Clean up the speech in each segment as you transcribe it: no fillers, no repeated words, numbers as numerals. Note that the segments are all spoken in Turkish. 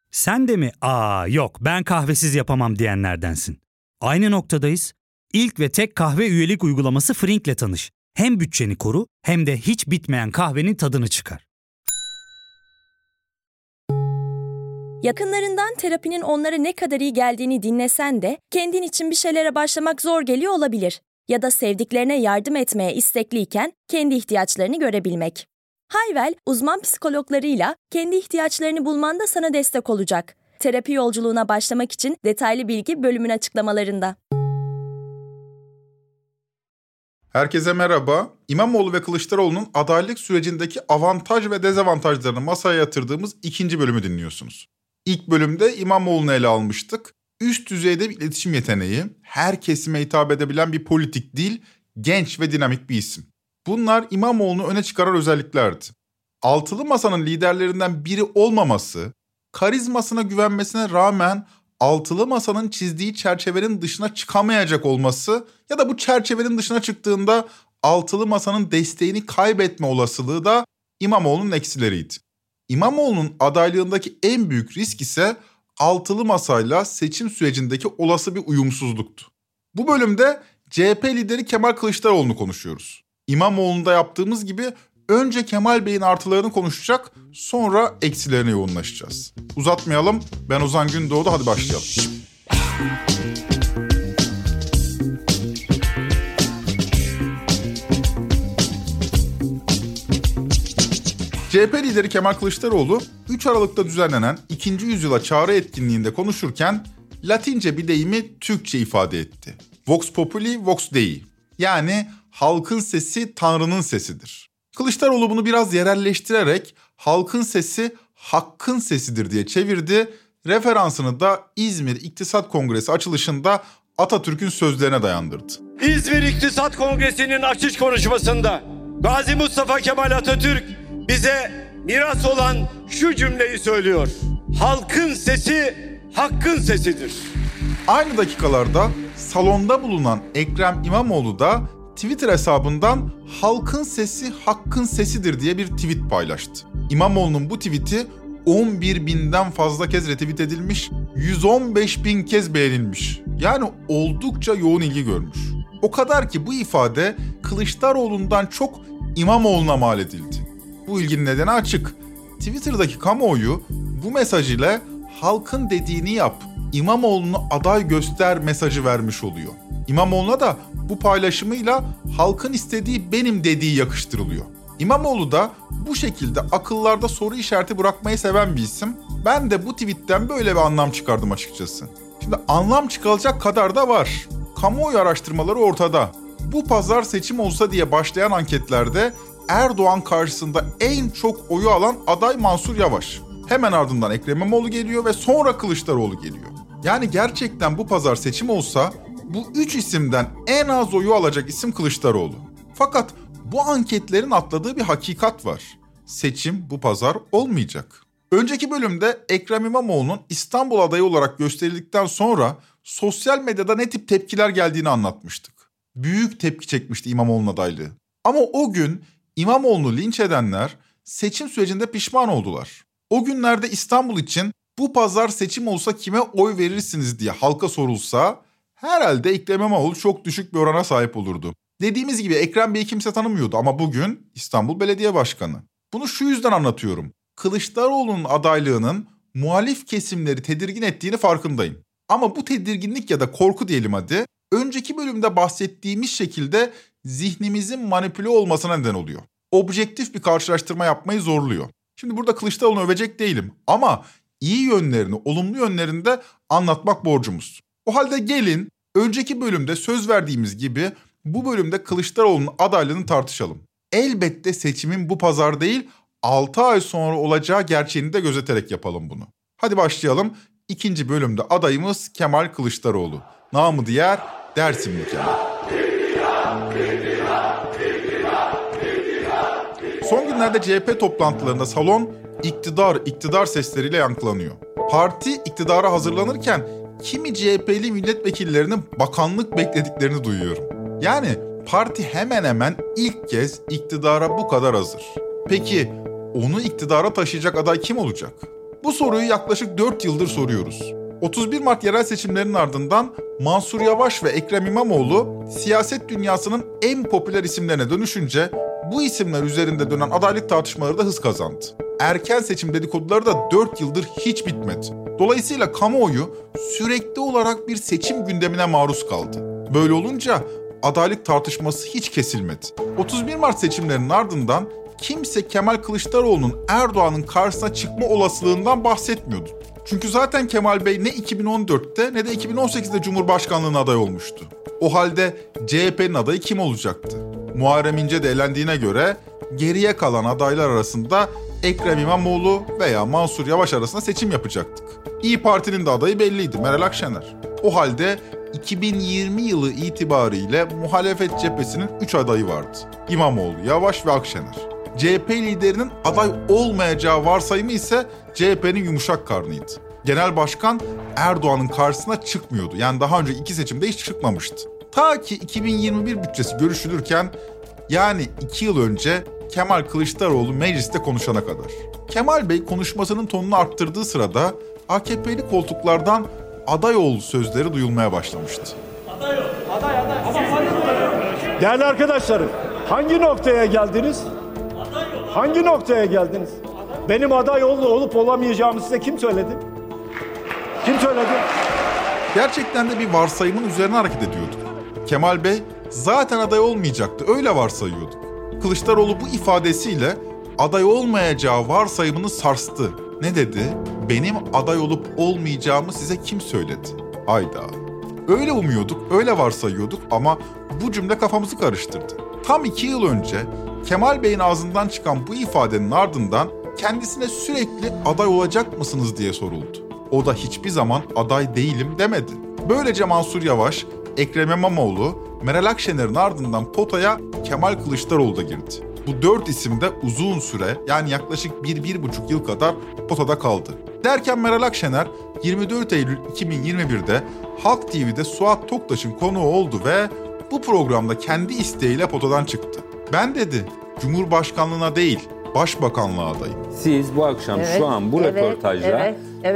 Sen de mi yok ben kahvesiz yapamam diyenlerdensin? Aynı noktadayız. İlk ve tek kahve üyelik uygulaması Frink'le tanış. Hem bütçeni koru hem de hiç bitmeyen kahvenin tadını çıkar. Yakınlarından terapinin onlara ne kadar iyi geldiğini dinlesen de kendin için bir şeylere başlamak zor geliyor olabilir. Ya da sevdiklerine yardım etmeye istekliyken kendi ihtiyaçlarını görebilmek. Hayvel, uzman psikologlarıyla kendi ihtiyaçlarını bulmanda sana destek olacak. Terapi yolculuğuna başlamak için detaylı bilgi bölümün açıklamalarında. Herkese merhaba. İmamoğlu ve Kılıçdaroğlu'nun adaylık sürecindeki avantaj ve dezavantajlarını masaya yatırdığımız ikinci bölümü dinliyorsunuz. İlk bölümde İmamoğlu'nu ele almıştık. Üst düzeyde bir iletişim yeteneği, her kesime hitap edebilen bir politik dil, genç ve dinamik bir isim. Bunlar İmamoğlu'nu öne çıkaran özelliklerdi. Altılı Masa'nın liderlerinden biri olmaması, karizmasına güvenmesine rağmen Altılı Masa'nın çizdiği çerçevenin dışına çıkamayacak olması ya da bu çerçevenin dışına çıktığında Altılı Masa'nın desteğini kaybetme olasılığı da İmamoğlu'nun eksileriydi. İmamoğlu'nun adaylığındaki en büyük risk ise Altılı Masa'yla seçim sürecindeki olası bir uyumsuzluktu. Bu bölümde CHP lideri Kemal Kılıçdaroğlu'nu konuşuyoruz. İmamoğlu'nda yaptığımız gibi önce Kemal Bey'in artılarını konuşacak, sonra eksilerine yoğunlaşacağız. Uzatmayalım, ben Ozan Gündoğdu, hadi başlayalım. CHP lideri Kemal Kılıçdaroğlu 3 Aralık'ta düzenlenen 2. yüzyıla çağrı etkinliğinde konuşurken Latince bir deyimi Türkçe ifade etti. Vox populi, vox dei. Yani halkın sesi Tanrı'nın sesidir. Kılıçdaroğlu bunu biraz yerelleştirerek halkın sesi hakkın sesidir diye çevirdi. Referansını da İzmir İktisat Kongresi açılışında Atatürk'ün sözlerine dayandırdı. İzmir İktisat Kongresi'nin açış konuşmasında Gazi Mustafa Kemal Atatürk bize miras olan şu cümleyi söylüyor. Halkın sesi hakkın sesidir. Aynı dakikalarda salonda bulunan Ekrem İmamoğlu da Twitter hesabından halkın sesi hakkın sesidir diye bir tweet paylaştı. İmamoğlu'nun bu tweet'i 11.000'den fazla kez retweet edilmiş, 115.000 kez beğenilmiş. Yani oldukça yoğun ilgi görmüş. O kadar ki bu ifade Kılıçdaroğlu'ndan çok İmamoğlu'na mal edildi. Bu ilginin nedeni açık. Twitter'daki kamuoyu bu mesaj ile halkın dediğini yap, İmamoğlu'nu aday göster mesajı vermiş oluyor. İmamoğlu'na da bu paylaşımıyla halkın istediği benim dediği yakıştırılıyor. İmamoğlu da bu şekilde akıllarda soru işareti bırakmayı seven bir isim. Ben de bu tweetten böyle bir anlam çıkardım açıkçası. Şimdi anlam çıkarılacak kadar da var. Kamuoyu araştırmaları ortada. Bu pazar seçim olsa diye başlayan anketlerde Erdoğan karşısında en çok oyu alan aday Mansur Yavaş. Hemen ardından Ekrem İmamoğlu geliyor ve sonra Kılıçdaroğlu geliyor. Yani gerçekten bu pazar seçim olsa bu 3 isimden en az oyu alacak isim Kılıçdaroğlu. Fakat bu anketlerin atladığı bir hakikat var. Seçim bu pazar olmayacak. Önceki bölümde Ekrem İmamoğlu'nun İstanbul adayı olarak gösterildikten sonra sosyal medyada ne tip tepkiler geldiğini anlatmıştık. Büyük tepki çekmişti İmamoğlu'nun adaylığı. Ama o gün İmamoğlu'nu linç edenler seçim sürecinde pişman oldular. O günlerde İstanbul için bu pazar seçim olsa kime oy verirsiniz diye halka sorulsa herhalde Ekrem İmamoğlu çok düşük bir orana sahip olurdu. Dediğimiz gibi Ekrem Bey'i kimse tanımıyordu ama bugün İstanbul Belediye Başkanı. Bunu şu yüzden anlatıyorum. Kılıçdaroğlu'nun adaylığının muhalif kesimleri tedirgin ettiğini farkındayım. Ama bu tedirginlik ya da korku diyelim hadi, önceki bölümde bahsettiğimiz şekilde zihnimizin manipüle olmasına neden oluyor. Objektif bir karşılaştırma yapmayı zorluyor. Şimdi burada Kılıçdaroğlu'nu övecek değilim ama iyi yönlerini, olumlu yönlerini de anlatmak borcumuz. O halde gelin önceki bölümde söz verdiğimiz gibi bu bölümde Kılıçdaroğlu'nun adaylığını tartışalım. Elbette seçimin bu pazar değil 6 ay sonra olacağı gerçeğini de gözeterek yapalım bunu. Hadi başlayalım. İkinci bölümde adayımız Kemal Kılıçdaroğlu. Namı diğer Dersimli Kemal. Son günlerde CHP toplantılarında salon iktidar sesleriyle yankılanıyor. Parti iktidara hazırlanırken kimi CHP'li milletvekillerinin bakanlık beklediklerini duyuyorum. Yani parti hemen hemen ilk kez iktidara bu kadar hazır. Peki onu iktidara taşıyacak aday kim olacak? Bu soruyu yaklaşık 4 yıldır soruyoruz. 31 Mart yerel seçimlerinin ardından Mansur Yavaş ve Ekrem İmamoğlu siyaset dünyasının en popüler isimlerine dönüşünce bu isimler üzerinde dönen adaylık tartışmaları da hız kazandı. Erken seçim dedikoduları da 4 yıldır hiç bitmedi. Dolayısıyla kamuoyu sürekli olarak bir seçim gündemine maruz kaldı. Böyle olunca adaylık tartışması hiç kesilmedi. 31 Mart seçimlerinin ardından kimse Kemal Kılıçdaroğlu'nun Erdoğan'ın karşısına çıkma olasılığından bahsetmiyordu. Çünkü zaten Kemal Bey ne 2014'te ne de 2018'de Cumhurbaşkanlığına aday olmuştu. O halde CHP'nin adayı kim olacaktı? Muharrem İnce de elendiğine göre geriye kalan adaylar arasında Ekrem İmamoğlu veya Mansur Yavaş arasında seçim yapacaktık. İYİ Parti'nin de adayı belliydi, Meral Akşener. O halde 2020 yılı itibariyle muhalefet cephesinin 3 adayı vardı. İmamoğlu, Yavaş ve Akşener. CHP liderinin aday olmayacağı varsayımı ise CHP'nin yumuşak karnıydı. Genel Başkan Erdoğan'ın karşısına çıkmıyordu. Yani daha önce 2 seçimde hiç çıkmamıştı. Ta ki 2021 bütçesi görüşülürken, yani 2 yıl önce Kemal Kılıçdaroğlu mecliste konuşana kadar. Kemal Bey konuşmasının tonunu arttırdığı sırada AKP'li koltuklardan aday ol sözleri duyulmaya başlamıştı. Aday. Değerli arkadaşlarım, hangi noktaya geldiniz? Hangi noktaya geldiniz? Benim aday olup olamayacağımı size kim söyledi? Kim söyledi? Gerçekten de bir varsayımın üzerine hareket ediyorduk. Kemal Bey zaten aday olmayacaktı, öyle varsayıyorduk. Kılıçdaroğlu bu ifadesiyle aday olmayacağı varsayımını sarstı. Ne dedi? Benim aday olup olmayacağımı size kim söyledi? Hayda. Öyle umuyorduk, öyle varsayıyorduk ama bu cümle kafamızı karıştırdı. Tam 2 yıl önce Kemal Bey'in ağzından çıkan bu ifadenin ardından kendisine sürekli aday olacak mısınız diye soruldu. O da hiçbir zaman aday değilim demedi. Böylece Mansur Yavaş, Ekrem İmamoğlu, Meral Akşener'in ardından potaya Kemal Kılıçdaroğlu da girdi. Bu 4 isim de uzun süre, yani yaklaşık 1-1,5 yıl kadar potada kaldı. Derken Meral Akşener 24 Eylül 2021'de Halk TV'de Suat Toktaş'ın konuğu oldu ve bu programda kendi isteğiyle potadan çıktı. Ben dedi, Cumhurbaşkanlığına değil, Başbakanlığa adayım. Siz bu akşam şu an bu röportajda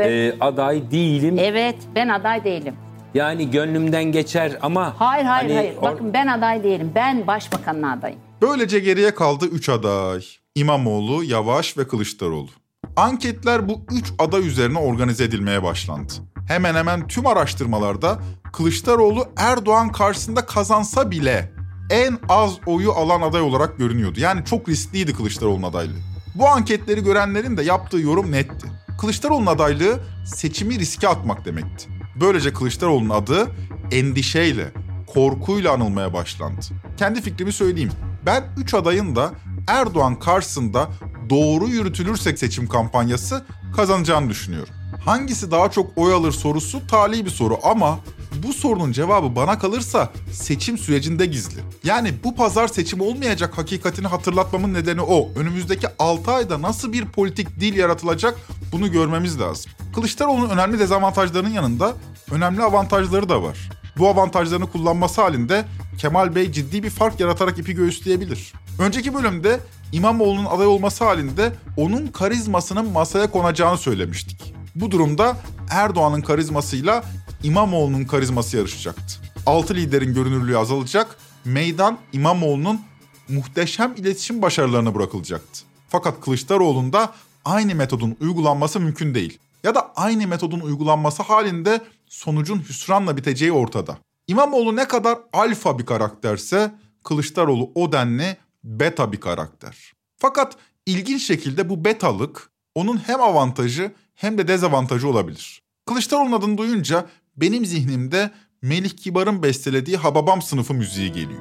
aday değilim. Evet, ben aday değilim. Yani gönlümden geçer ama... Hayır. Bakın ben aday değilim. Ben başbakanlığa adayım. Böylece geriye kaldı 3 aday. İmamoğlu, Yavaş ve Kılıçdaroğlu. Anketler bu 3 aday üzerine organize edilmeye başlandı. Hemen hemen tüm araştırmalarda Kılıçdaroğlu Erdoğan karşısında kazansa bile en az oyu alan aday olarak görünüyordu. Yani çok riskliydi Kılıçdaroğlu'nun adaylığı. Bu anketleri görenlerin de yaptığı yorum netti. Kılıçdaroğlu'nun adaylığı seçimi riske atmak demekti. Böylece Kılıçdaroğlu'nun adı endişeyle, korkuyla anılmaya başlandı. Kendi fikrimi söyleyeyim. Ben 3 adayın da Erdoğan karşısında doğru yürütülürse seçim kampanyası kazanacağını düşünüyorum. Hangisi daha çok oy alır sorusu tali bir soru ama bu sorunun cevabı bana kalırsa seçim sürecinde gizli. Yani bu pazar seçim olmayacak hakikatini hatırlatmamın nedeni o. Önümüzdeki 6 ayda nasıl bir politik dil yaratılacak bunu görmemiz lazım. Kılıçdaroğlu'nun önemli dezavantajlarının yanında önemli avantajları da var. Bu avantajlarını kullanması halinde Kemal Bey ciddi bir fark yaratarak ipi göğüsleyebilir. Önceki bölümde İmamoğlu'nun aday olması halinde onun karizmasının masaya konacağını söylemiştik. Bu durumda Erdoğan'ın karizmasıyla İmamoğlu'nun karizması yarışacaktı. 6 liderin görünürlüğü azalacak, meydan İmamoğlu'nun muhteşem iletişim başarılarına bırakılacaktı. Fakat Kılıçdaroğlu'nda aynı metodun uygulanması mümkün değil. Ya da aynı metodun uygulanması halinde sonucun hüsranla biteceği ortada. İmamoğlu ne kadar alfa bir karakterse Kılıçdaroğlu o denli beta bir karakter. Fakat ilginç şekilde bu betalık onun hem avantajı hem de dezavantajı olabilir. Kılıçdaroğlu'nun adını duyunca benim zihnimde Melih Kibar'ın bestelediği Hababam sınıfı müziği geliyor.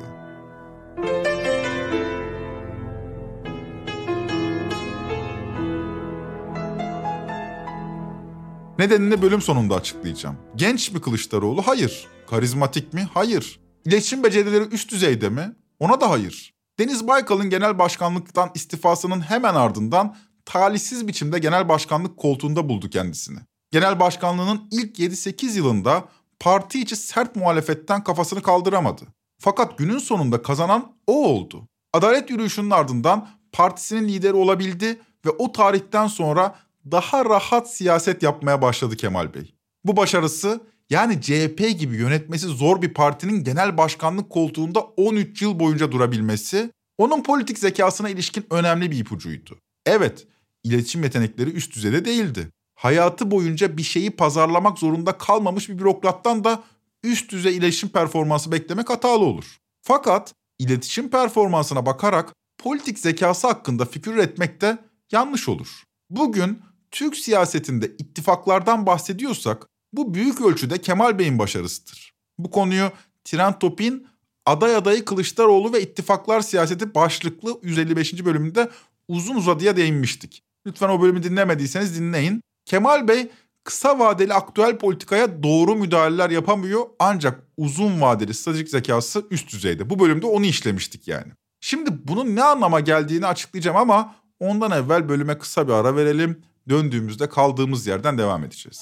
Nedenini bölüm sonunda açıklayacağım. Genç mi Kılıçdaroğlu? Hayır. Karizmatik mi? Hayır. İletişim becerileri üst düzeyde mi? Ona da hayır. Deniz Baykal'ın genel başkanlıktan istifasının hemen ardından talihsiz biçimde genel başkanlık koltuğunda buldu kendisini. Genel başkanlığının ilk 7-8 yılında parti içi sert muhalefetten kafasını kaldıramadı. Fakat günün sonunda kazanan o oldu. Adalet yürüyüşünün ardından partisinin lideri olabildi ve o tarihten sonra daha rahat siyaset yapmaya başladı Kemal Bey. Bu başarısı, yani CHP gibi yönetmesi zor bir partinin genel başkanlık koltuğunda 13 yıl boyunca durabilmesi, onun politik zekasına ilişkin önemli bir ipucuydu. Evet, iletişim yetenekleri üst düzeyde değildi. Hayatı boyunca bir şeyi pazarlamak zorunda kalmamış bir bürokrattan da üst düzey iletişim performansı beklemek hatalı olur. Fakat iletişim performansına bakarak politik zekası hakkında fikir üretmek de yanlış olur. Bugün Türk siyasetinde ittifaklardan bahsediyorsak bu büyük ölçüde Kemal Bey'in başarısıdır. Bu konuyu Trend Topik'in aday adayı Kılıçdaroğlu ve ittifaklar siyaseti başlıklı 155. bölümünde uzun uzadıya değinmiştik. Lütfen o bölümü dinlemediyseniz dinleyin. Kemal Bey kısa vadeli aktüel politikaya doğru müdahaleler yapamıyor ancak uzun vadeli stratejik zekası üst düzeyde. Bu bölümde onu işlemiştik yani. Şimdi bunun ne anlama geldiğini açıklayacağım ama ondan evvel bölüme kısa bir ara verelim. Döndüğümüzde kaldığımız yerden devam edeceğiz.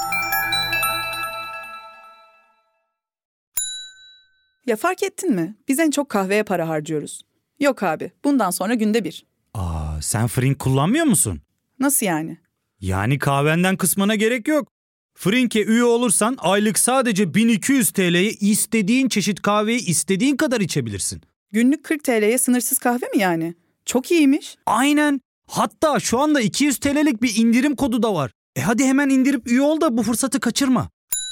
Ya fark ettin mi? Biz en çok kahveye para harcıyoruz. Yok abi, bundan sonra günde bir. Sen Frink kullanmıyor musun? Nasıl yani? Yani kahvenden kısmına gerek yok. Frink'e üye olursan aylık sadece 1200 TL'ye istediğin çeşit kahveyi istediğin kadar içebilirsin. Günlük 40 TL'ye sınırsız kahve mi yani? Çok iyiymiş. Aynen. Hatta şu anda 200 TL'lik bir indirim kodu da var. Hadi hemen indirip üye ol da bu fırsatı kaçırma.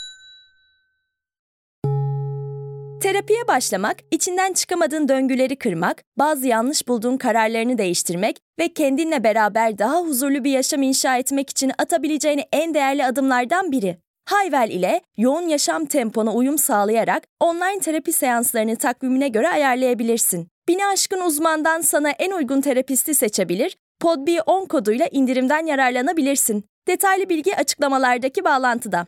Terapiye başlamak, içinden çıkamadığın döngüleri kırmak, bazı yanlış bulduğun kararlarını değiştirmek ve kendinle beraber daha huzurlu bir yaşam inşa etmek için atabileceğin en değerli adımlardan biri. Hayvel ile yoğun yaşam tempona uyum sağlayarak online terapi seanslarını takvimine göre ayarlayabilirsin. 1000'i aşkın uzmandan sana en uygun terapisti seçebilir, PODB10 koduyla indirimden yararlanabilirsin. Detaylı bilgi açıklamalardaki bağlantıda.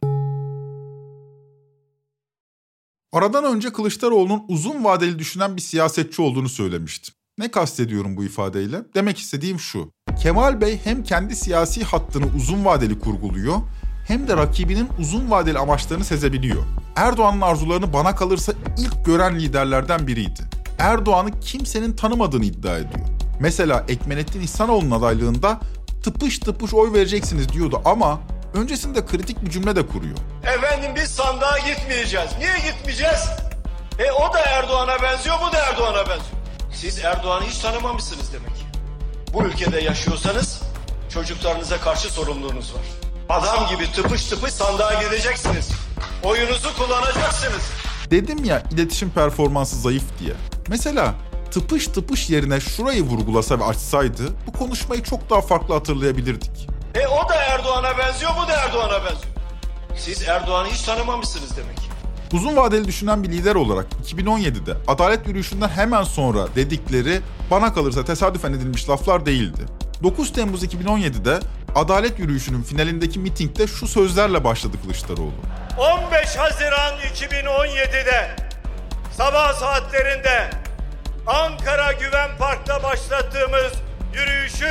Aradan önce Kılıçdaroğlu'nun uzun vadeli düşünen bir siyasetçi olduğunu söylemiştim. Ne kastediyorum bu ifadeyle? Demek istediğim şu. Kemal Bey hem kendi siyasi hattını uzun vadeli kurguluyor, hem de rakibinin uzun vadeli amaçlarını sezebiliyor. Erdoğan'ın arzularını bana kalırsa ilk gören liderlerden biriydi. Erdoğan'ı kimsenin tanımadığını iddia ediyor. Mesela Ekmenettin İhsanoğlu'nun adaylığında tıpış tıpış oy vereceksiniz diyordu ama öncesinde kritik bir cümle de kuruyor. Efendim biz sandığa gitmeyeceğiz. Niye gitmeyeceğiz? O da Erdoğan'a benziyor, bu da Erdoğan'a benziyor. Siz Erdoğan'ı hiç tanımamışsınız demek. Bu ülkede yaşıyorsanız çocuklarınıza karşı sorumluluğunuz var. Adam gibi tıpış tıpış sandığa gideceksiniz. Oyunuzu kullanacaksınız. Dedim ya iletişim performansı zayıf diye. Mesela tıpış tıpış yerine şurayı vurgulasa ve açsaydı bu konuşmayı çok daha farklı hatırlayabilirdik. O da Erdoğan'a benziyor, bu da Erdoğan'a benziyor. Siz Erdoğan'ı hiç tanımamışsınız demek. Uzun vadeli düşünen bir lider olarak 2017'de adalet yürüyüşünden hemen sonra dedikleri bana kalırsa tesadüfen edilmiş laflar değildi. 9 Temmuz 2017'de adalet yürüyüşünün finalindeki mitingde şu sözlerle başladı Kılıçdaroğlu. 15 Haziran 2017'de sabah saatlerinde Ankara Güven Park'ta başlattığımız yürüyüşü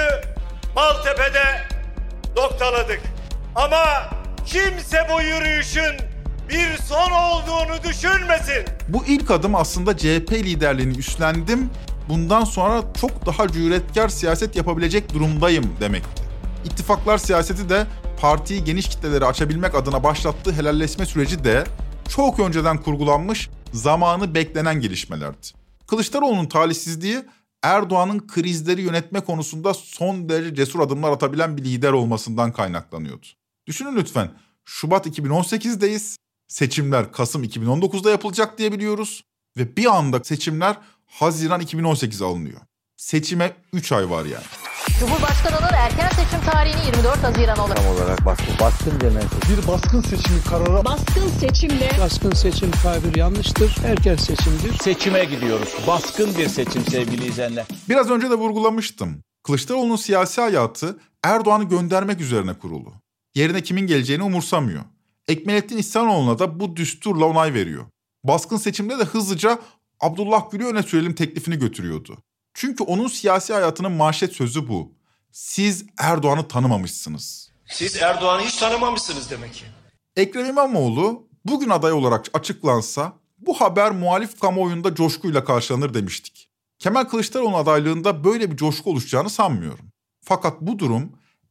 Maltepe'de noktaladık. Ama kimse bu yürüyüşün bir son olduğunu düşünmesin. Bu ilk adım aslında CHP liderliğini üstlendim, bundan sonra çok daha cüretkar siyaset yapabilecek durumdayım demekti. İttifaklar siyaseti de partiyi geniş kitlelere açabilmek adına başlattığı helalleşme süreci de çok önceden kurgulanmış, zamanı beklenen gelişmelerdi. Kılıçdaroğlu'nun talihsizliği Erdoğan'ın krizleri yönetme konusunda son derece cesur adımlar atabilen bir lider olmasından kaynaklanıyordu. Düşünün lütfen, Şubat 2018'deyiz, seçimler Kasım 2019'da yapılacak diye biliyoruz ve bir anda seçimler Haziran 2018'e alınıyor. Seçime 3 ay var yani. Cumhurbaşkanı'nın erken seçim tarihini 24 Haziran olarak. Tam olarak baskın demek. Bir baskın seçimi kararı. Baskın seçimle. Baskın seçim tabiri yanlıştır. Erken seçimdir. Seçime gidiyoruz. Baskın bir seçim sevgili izleyenler. Biraz önce de vurgulamıştım. Kılıçdaroğlu'nun siyasi hayatı Erdoğan'ı göndermek üzerine kurulu. Yerine kimin geleceğini umursamıyor. Ekmenettin İhsanoğlu'na da bu düsturla onay veriyor. Baskın seçimde de hızlıca Abdullah Gül'ü öne sürelim teklifini götürüyordu. Çünkü onun siyasi hayatının manşet sözü bu. Siz Erdoğan'ı tanımamışsınız. Siz Erdoğan'ı hiç tanımamışsınız demek ki. Ekrem İmamoğlu bugün aday olarak açıklansa bu haber muhalif kamuoyunda coşkuyla karşılanır demiştik. Kemal Kılıçdaroğlu adaylığında böyle bir coşku oluşacağını sanmıyorum. Fakat bu durum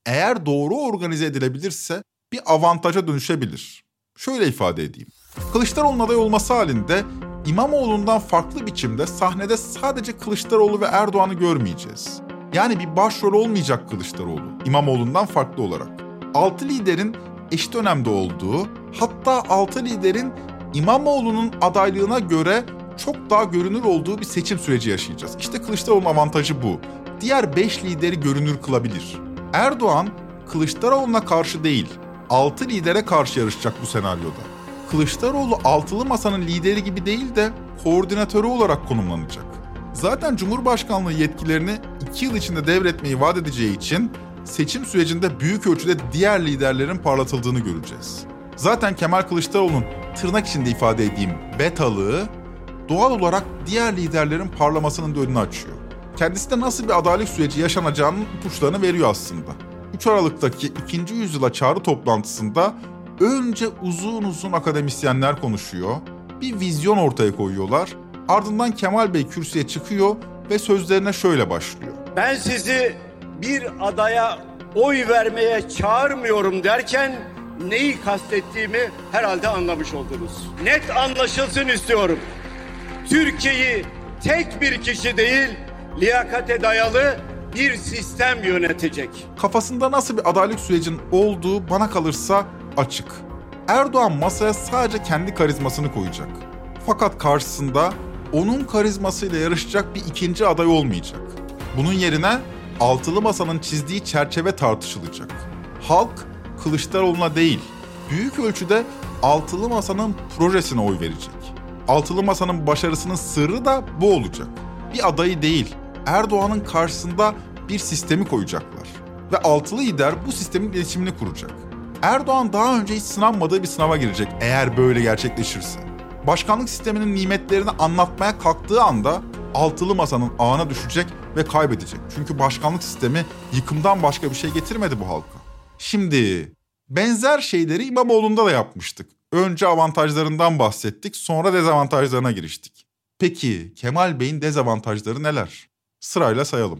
eğer doğru organize edilebilirse bir avantaja dönüşebilir. Şöyle ifade edeyim. Kılıçdaroğlu'nun aday olması halinde İmamoğlu'ndan farklı biçimde sahnede sadece Kılıçdaroğlu ve Erdoğan'ı görmeyeceğiz. Yani bir başrol olmayacak Kılıçdaroğlu, İmamoğlu'ndan farklı olarak. 6 liderin eşit önemde olduğu, hatta 6 liderin İmamoğlu'nun adaylığına göre çok daha görünür olduğu bir seçim süreci yaşayacağız. İşte Kılıçdaroğlu'nun avantajı bu. Diğer 5 lideri görünür kılabilir. Erdoğan, Kılıçdaroğlu'na karşı değil, 6 lidere karşı yarışacak bu senaryoda. Kılıçdaroğlu altılı masanın lideri gibi değil de koordinatörü olarak konumlanacak. Zaten Cumhurbaşkanlığı yetkilerini 2 yıl içinde devretmeyi vaat edeceği için seçim sürecinde büyük ölçüde diğer liderlerin parlatıldığını göreceğiz. Zaten Kemal Kılıçdaroğlu'nun tırnak içinde ifade edeyim betalığı doğal olarak diğer liderlerin parlamasının da önünü açıyor. Kendisi de nasıl bir adaylık süreci yaşanacağının ipuçlarını veriyor aslında. 3 Aralık'taki 2. yüzyıla çağrı toplantısında önce uzun akademisyenler konuşuyor, bir vizyon ortaya koyuyorlar. Ardından Kemal Bey kürsüye çıkıyor ve sözlerine şöyle başlıyor. Ben sizi bir adaya oy vermeye çağırmıyorum derken neyi kastettiğimi herhalde anlamış oldunuz. Net anlaşılsın istiyorum. Türkiye'yi tek bir kişi değil, liyakate dayalı bir sistem yönetecek. Kafasında nasıl bir adaylık sürecinin olduğu bana kalırsa açık. Erdoğan masaya sadece kendi karizmasını koyacak. Fakat karşısında onun karizmasıyla yarışacak bir ikinci aday olmayacak. Bunun yerine altılı masanın çizdiği çerçeve tartışılacak. Halk Kılıçdaroğlu'na değil, büyük ölçüde altılı masanın projesine oy verecek. Altılı masanın başarısının sırrı da bu olacak. Bir adayı değil, Erdoğan'ın karşısında bir sistemi koyacaklar. Ve altılı lider bu sistemin iletişimini kuracak. Erdoğan daha önce hiç sınanmadığı bir sınava girecek eğer böyle gerçekleşirse. Başkanlık sisteminin nimetlerini anlatmaya kalktığı anda altılı masanın ağına düşecek ve kaybedecek. Çünkü başkanlık sistemi yıkımdan başka bir şey getirmedi bu halka. Şimdi benzer şeyleri İmamoğlu'nda da yapmıştık. Önce avantajlarından bahsettik, sonra dezavantajlarına giriştik. Peki Kemal Bey'in dezavantajları neler? Sırayla sayalım.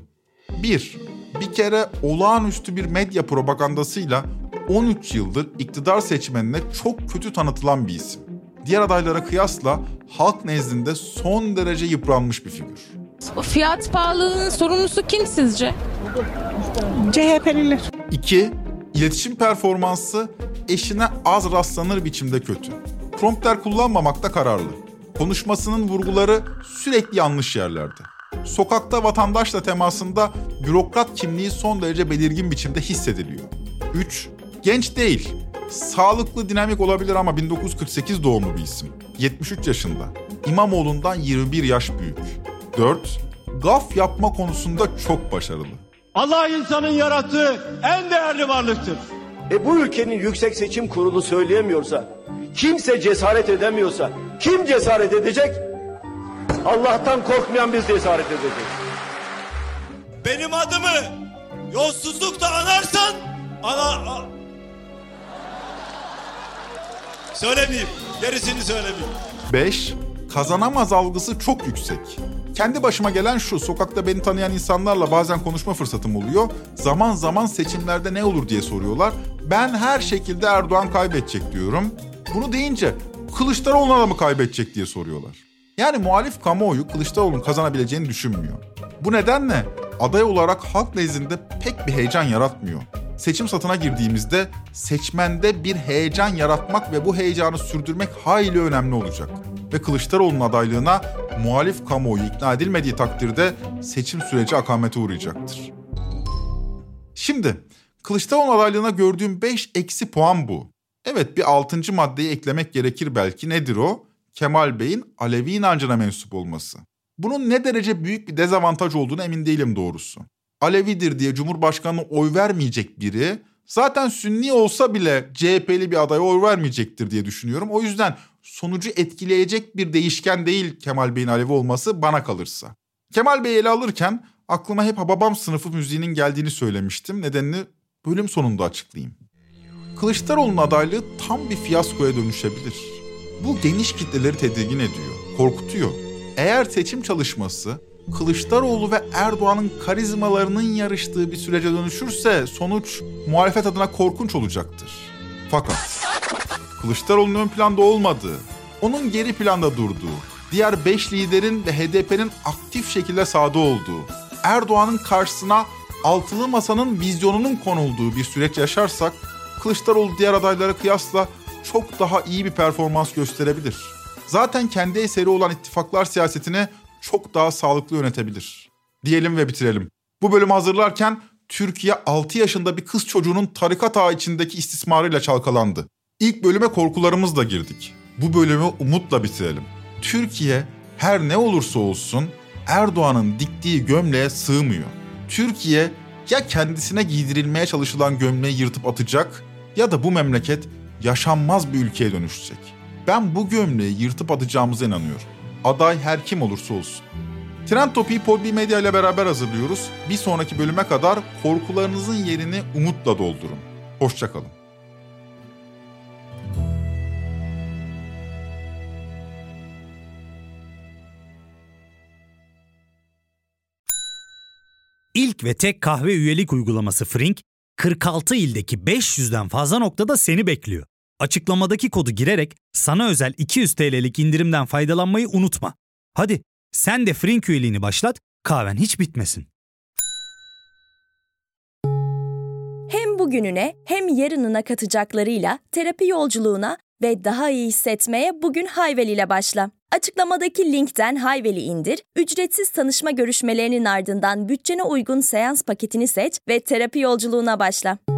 1. Bir kere olağanüstü bir medya propagandasıyla 13 yıldır iktidar seçmenine çok kötü tanıtılan bir isim. Diğer adaylara kıyasla halk nezdinde son derece yıpranmış bir figür. Fiyat pahalılığının sorumlusu kim sizce? CHP'liler. 2. İletişim performansı eşine az rastlanır biçimde kötü. Prompter kullanmamakta kararlı. Konuşmasının vurguları sürekli yanlış yerlerde. Sokakta vatandaşla temasında bürokrat kimliği son derece belirgin biçimde hissediliyor. 3. Genç değil. Sağlıklı, dinamik olabilir ama 1948 doğumlu bir isim. 73 yaşında. İmamoğlu'ndan 21 yaş büyük. 4. Gaf yapma konusunda çok başarılı. Allah insanın yarattığı en değerli varlıktır. Bu ülkenin Yüksek Seçim Kurulu söyleyemiyorsa, kimse cesaret edemiyorsa, kim cesaret edecek? Allah'tan korkmayan biz cesaret edeceğiz. Benim adımı yolsuzlukla anarsan, söylemeyeyim, gerisini söylemeyeyim. 5. Kazanamaz algısı çok yüksek. Kendi başıma gelen şu, sokakta beni tanıyan insanlarla bazen konuşma fırsatım oluyor. Zaman zaman seçimlerde ne olur diye soruyorlar. Ben her şekilde Erdoğan kaybedecek diyorum. Bunu deyince Kılıçdaroğlu'na da mı kaybedecek diye soruyorlar. Yani muhalif kamuoyu Kılıçdaroğlu'nun kazanabileceğini düşünmüyor. Bu nedenle aday olarak halk nezdinde pek bir heyecan yaratmıyor. Seçim satına girdiğimizde seçmende bir heyecan yaratmak ve bu heyecanı sürdürmek hayli önemli olacak. Ve Kılıçdaroğlu'nun adaylığına muhalif kamuoyu ikna edilmediği takdirde seçim süreci akamete uğrayacaktır. Şimdi Kılıçdaroğlu adaylığına gördüğüm 5 eksi puan bu. Evet, bir 6. maddeyi eklemek gerekir belki. Nedir o? Kemal Bey'in Alevi inancına mensup olması. Bunun ne derece büyük bir dezavantaj olduğunu emin değilim doğrusu. Alevidir diye Cumhurbaşkanı'na oy vermeyecek biri zaten Sünni olsa bile CHP'li bir adaya oy vermeyecektir diye düşünüyorum. O yüzden sonucu etkileyecek bir değişken değil Kemal Bey'in Alevi olması bana kalırsa. Kemal Bey'i ele alırken aklıma hep Hababam sınıfı müziğinin geldiğini söylemiştim. Nedenini bölüm sonunda açıklayayım. Kılıçdaroğlu'nun adaylığı tam bir fiyaskoya dönüşebilir. Bu geniş kitleleri tedirgin ediyor, korkutuyor. Eğer seçim çalışması Kılıçdaroğlu ve Erdoğan'ın karizmalarının yarıştığı bir sürece dönüşürse sonuç muhalefet adına korkunç olacaktır. Fakat Kılıçdaroğlu'nun ön planda olmadığı, onun geri planda durduğu, diğer 5 liderin ve HDP'nin aktif şekilde sahada olduğu, Erdoğan'ın karşısına altılı masanın vizyonunun konulduğu bir süreç yaşarsak, Kılıçdaroğlu diğer adaylara kıyasla çok daha iyi bir performans gösterebilir. Zaten kendi eseri olan ittifaklar siyasetini çok daha sağlıklı yönetebilir. Diyelim ve bitirelim. Bu bölümü hazırlarken Türkiye 6 yaşında bir kız çocuğunun tarikat ağı içindeki istismarıyla çalkalandı. İlk bölüme korkularımızla girdik. Bu bölümü umutla bitirelim. Türkiye her ne olursa olsun Erdoğan'ın diktiği gömleğe sığmıyor. Türkiye ya kendisine giydirilmeye çalışılan gömleği yırtıp atacak ya da bu memleket yaşanmaz bir ülkeye dönüşecek. Ben bu gömleği yırtıp atacağımıza inanıyorum. Aday her kim olursa olsun. Trend Topi'yi Podbi Medya ile beraber hazırlıyoruz. Bir sonraki bölüme kadar korkularınızın yerini umutla doldurun. Hoşça kalın. İlk ve tek kahve üyelik uygulaması Frink, 46 ildeki 500'den fazla noktada seni bekliyor. Açıklamadaki kodu girerek sana özel 200 TL'lik indirimden faydalanmayı unutma. Hadi sen de Frink üyeliğini başlat, kahven hiç bitmesin. Hem bugününe hem yarınına katacaklarıyla terapi yolculuğuna ve daha iyi hissetmeye bugün Hayvel ile başla. Açıklamadaki linkten Hayvel'i indir, ücretsiz tanışma görüşmelerinin ardından bütçene uygun seans paketini seç ve terapi yolculuğuna başla.